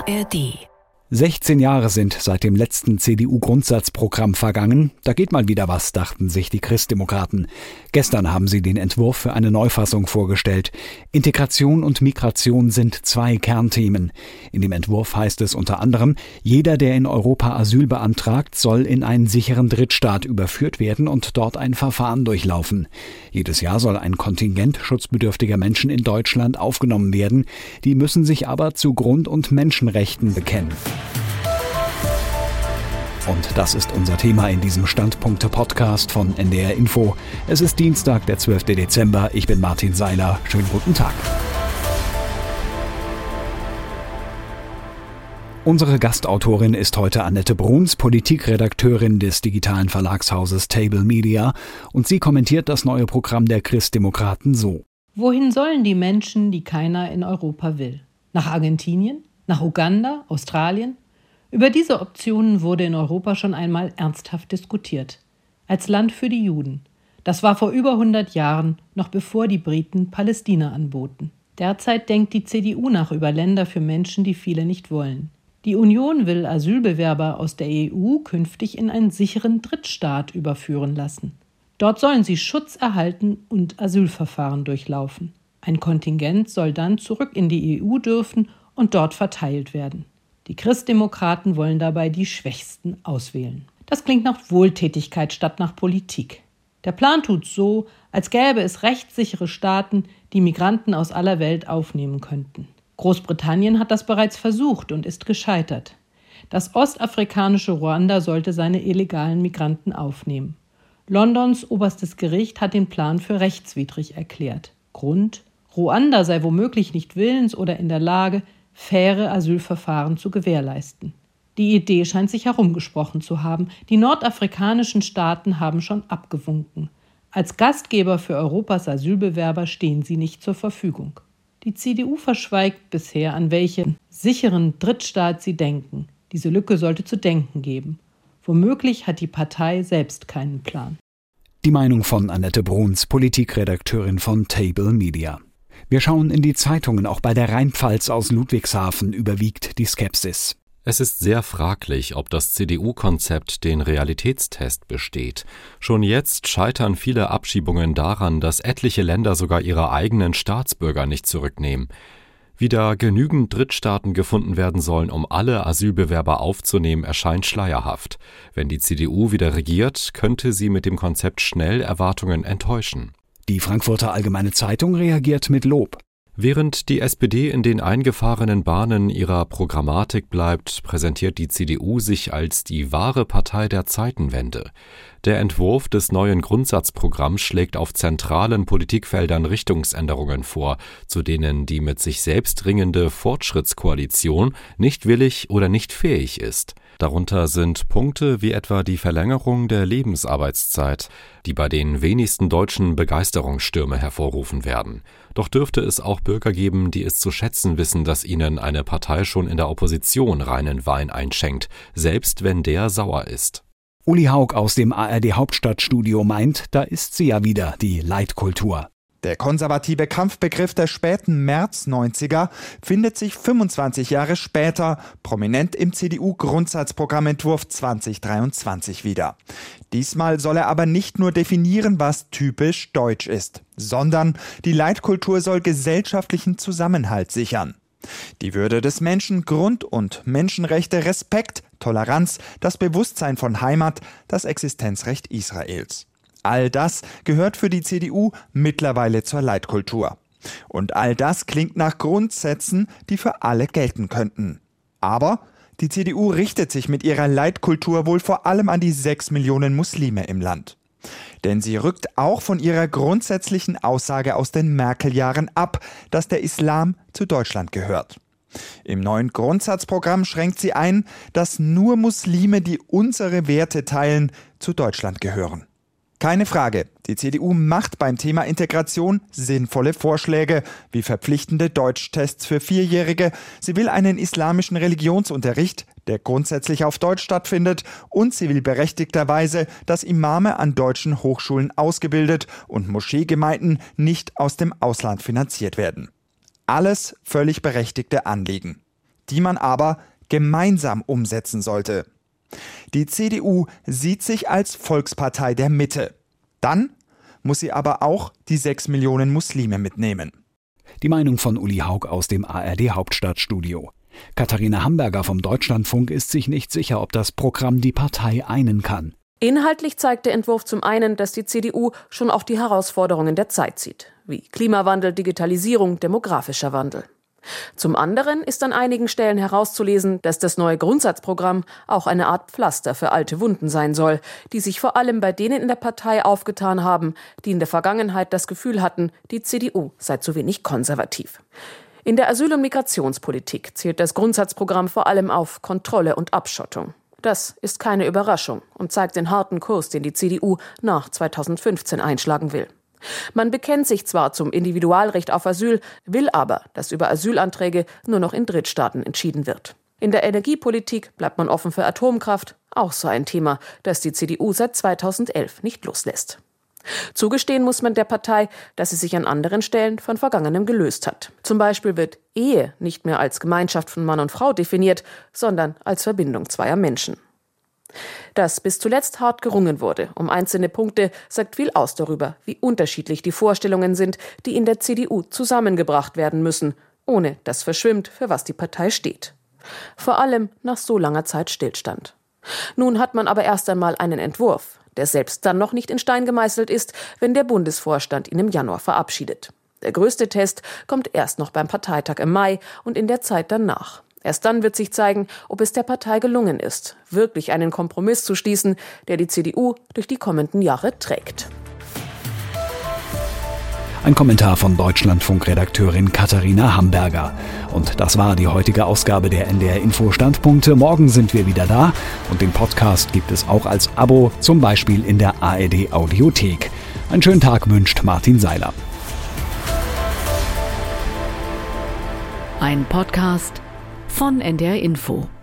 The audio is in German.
ARD. 16 Jahre sind seit dem letzten CDU-Grundsatzprogramm vergangen. Da geht mal wieder was, dachten sich die Christdemokraten. Gestern haben sie den Entwurf für eine Neufassung vorgestellt. Integration und Migration sind zwei Kernthemen. In dem Entwurf heißt es unter anderem, jeder, der in Europa Asyl beantragt, soll in einen sicheren Drittstaat überführt werden und dort ein Verfahren durchlaufen. Jedes Jahr soll ein Kontingent schutzbedürftiger Menschen in Deutschland aufgenommen werden. Die müssen sich aber zu Grund- und Menschenrechten bekennen. Und das ist unser Thema in diesem Standpunkte-Podcast von NDR Info. Es ist Dienstag, der 12. Dezember. Ich bin Martin Seiler. Schönen guten Tag. Unsere Gastautorin ist heute Annette Bruns, Politikredakteurin des digitalen Verlagshauses Table Media. Und sie kommentiert das neue Programm der Christdemokraten so. Wohin sollen die Menschen, die keiner in Europa will? Nach Argentinien? Nach Uganda? Australien? Über diese Optionen wurde in Europa schon einmal ernsthaft diskutiert. Als Land für die Juden. Das war vor über 100 Jahren, noch bevor die Briten Palästina anboten. Derzeit denkt die CDU nach über Länder für Menschen, die viele nicht wollen. Die Union will Asylbewerber aus der EU künftig in einen sicheren Drittstaat überführen lassen. Dort sollen sie Schutz erhalten und Asylverfahren durchlaufen. Ein Kontingent soll dann zurück in die EU dürfen und dort verteilt werden. Die Christdemokraten wollen dabei die Schwächsten auswählen. Das klingt nach Wohltätigkeit statt nach Politik. Der Plan tut so, als gäbe es rechtssichere Staaten, die Migranten aus aller Welt aufnehmen könnten. Großbritannien hat das bereits versucht und ist gescheitert. Das ostafrikanische Ruanda sollte seine illegalen Migranten aufnehmen. Londons oberstes Gericht hat den Plan für rechtswidrig erklärt. Grund: Ruanda sei womöglich nicht willens oder in der Lage, faire Asylverfahren zu gewährleisten. Die Idee scheint sich herumgesprochen zu haben. Die nordafrikanischen Staaten haben schon abgewunken. Als Gastgeber für Europas Asylbewerber stehen sie nicht zur Verfügung. Die CDU verschweigt bisher, an welchen sicheren Drittstaat sie denken. Diese Lücke sollte zu denken geben. Womöglich hat die Partei selbst keinen Plan. Die Meinung von Annette Bruns, Politikredakteurin von Table Media. Wir schauen in die Zeitungen. Auch bei der Rheinpfalz aus Ludwigshafen überwiegt die Skepsis. Es ist sehr fraglich, ob das CDU-Konzept den Realitätstest besteht. Schon jetzt scheitern viele Abschiebungen daran, dass etliche Länder sogar ihre eigenen Staatsbürger nicht zurücknehmen. Wie da genügend Drittstaaten gefunden werden sollen, um alle Asylbewerber aufzunehmen, erscheint schleierhaft. Wenn die CDU wieder regiert, könnte sie mit dem Konzept schnell Erwartungen enttäuschen. Die Frankfurter Allgemeine Zeitung reagiert mit Lob. Während die SPD in den eingefahrenen Bahnen ihrer Programmatik bleibt, präsentiert die CDU sich als die wahre Partei der Zeitenwende. Der Entwurf des neuen Grundsatzprogramms schlägt auf zentralen Politikfeldern Richtungsänderungen vor, zu denen die mit sich selbst ringende Fortschrittskoalition nicht willig oder nicht fähig ist. Darunter sind Punkte wie etwa die Verlängerung der Lebensarbeitszeit, die bei den wenigsten Deutschen Begeisterungsstürme hervorrufen werden. Doch dürfte es auch Bürger geben, die es zu schätzen wissen, dass ihnen eine Partei schon in der Opposition reinen Wein einschenkt, selbst wenn der sauer ist. Uli Haug aus dem ARD-Hauptstadtstudio meint, da ist sie ja wieder, die Leitkultur. Der konservative Kampfbegriff der späten März-90er findet sich 25 Jahre später prominent im CDU-Grundsatzprogrammentwurf 2023 wieder. Diesmal soll er aber nicht nur definieren, was typisch deutsch ist, sondern die Leitkultur soll gesellschaftlichen Zusammenhalt sichern. Die Würde des Menschen, Grund- und Menschenrechte, Respekt, Toleranz, das Bewusstsein von Heimat, das Existenzrecht Israels. All das gehört für die CDU mittlerweile zur Leitkultur. Und all das klingt nach Grundsätzen, die für alle gelten könnten. Aber die CDU richtet sich mit ihrer Leitkultur wohl vor allem an die 6 Millionen Muslime im Land. Denn sie rückt auch von ihrer grundsätzlichen Aussage aus den Merkel-Jahren ab, dass der Islam zu Deutschland gehört. Im neuen Grundsatzprogramm schränkt sie ein, dass nur Muslime, die unsere Werte teilen, zu Deutschland gehören. Keine Frage, die CDU macht beim Thema Integration sinnvolle Vorschläge, wie verpflichtende Deutschtests für Vierjährige. Sie will einen islamischen Religionsunterricht, der grundsätzlich auf Deutsch stattfindet, und sie will berechtigterweise, dass Imame an deutschen Hochschulen ausgebildet und Moscheegemeinden nicht aus dem Ausland finanziert werden. Alles völlig berechtigte Anliegen. die man aber gemeinsam umsetzen sollte. Die CDU sieht sich als Volkspartei der Mitte. Dann muss sie aber auch die 6 Millionen Muslime mitnehmen. Die Meinung von Uli Haug aus dem ARD-Hauptstadtstudio. Katharina Hamburger vom Deutschlandfunk ist sich nicht sicher, ob das Programm die Partei einen kann. Inhaltlich zeigt der Entwurf zum einen, dass die CDU schon auf die Herausforderungen der Zeit sieht, wie Klimawandel, Digitalisierung, demografischer Wandel. Zum anderen ist an einigen Stellen herauszulesen, dass das neue Grundsatzprogramm auch eine Art Pflaster für alte Wunden sein soll, die sich vor allem bei denen in der Partei aufgetan haben, die in der Vergangenheit das Gefühl hatten, die CDU sei zu wenig konservativ. In der Asyl- und Migrationspolitik zielt das Grundsatzprogramm vor allem auf Kontrolle und Abschottung. Das ist keine Überraschung und zeigt den harten Kurs, den die CDU nach 2015 einschlagen will. Man bekennt sich zwar zum Individualrecht auf Asyl, will aber, dass über Asylanträge nur noch in Drittstaaten entschieden wird. In der Energiepolitik bleibt man offen für Atomkraft, auch so ein Thema, das die CDU seit 2011 nicht loslässt. Zugestehen muss man der Partei, dass sie sich an anderen Stellen von Vergangenem gelöst hat. Zum Beispiel wird Ehe nicht mehr als Gemeinschaft von Mann und Frau definiert, sondern als Verbindung zweier Menschen. Dass bis zuletzt hart gerungen wurde um einzelne Punkte, sagt viel aus darüber, wie unterschiedlich die Vorstellungen sind, die in der CDU zusammengebracht werden müssen, ohne dass verschwimmt, für was die Partei steht. Vor allem nach so langer Zeit Stillstand. Nun hat man aber erst einmal einen Entwurf, der selbst dann noch nicht in Stein gemeißelt ist, wenn der Bundesvorstand ihn im Januar verabschiedet. Der größte Test kommt erst noch beim Parteitag im Mai und in der Zeit danach. Erst dann wird sich zeigen, ob es der Partei gelungen ist, wirklich einen Kompromiss zu schließen, der die CDU durch die kommenden Jahre trägt. Ein Kommentar von Deutschlandfunk-Redakteurin Katharina Hamburger. Und das war die heutige Ausgabe der NDR Info Standpunkte. Morgen sind wir wieder da und den Podcast gibt es auch als Abo, zum Beispiel in der ARD Audiothek. Einen schönen Tag wünscht Martin Seiler. Ein Podcast von NDR Info.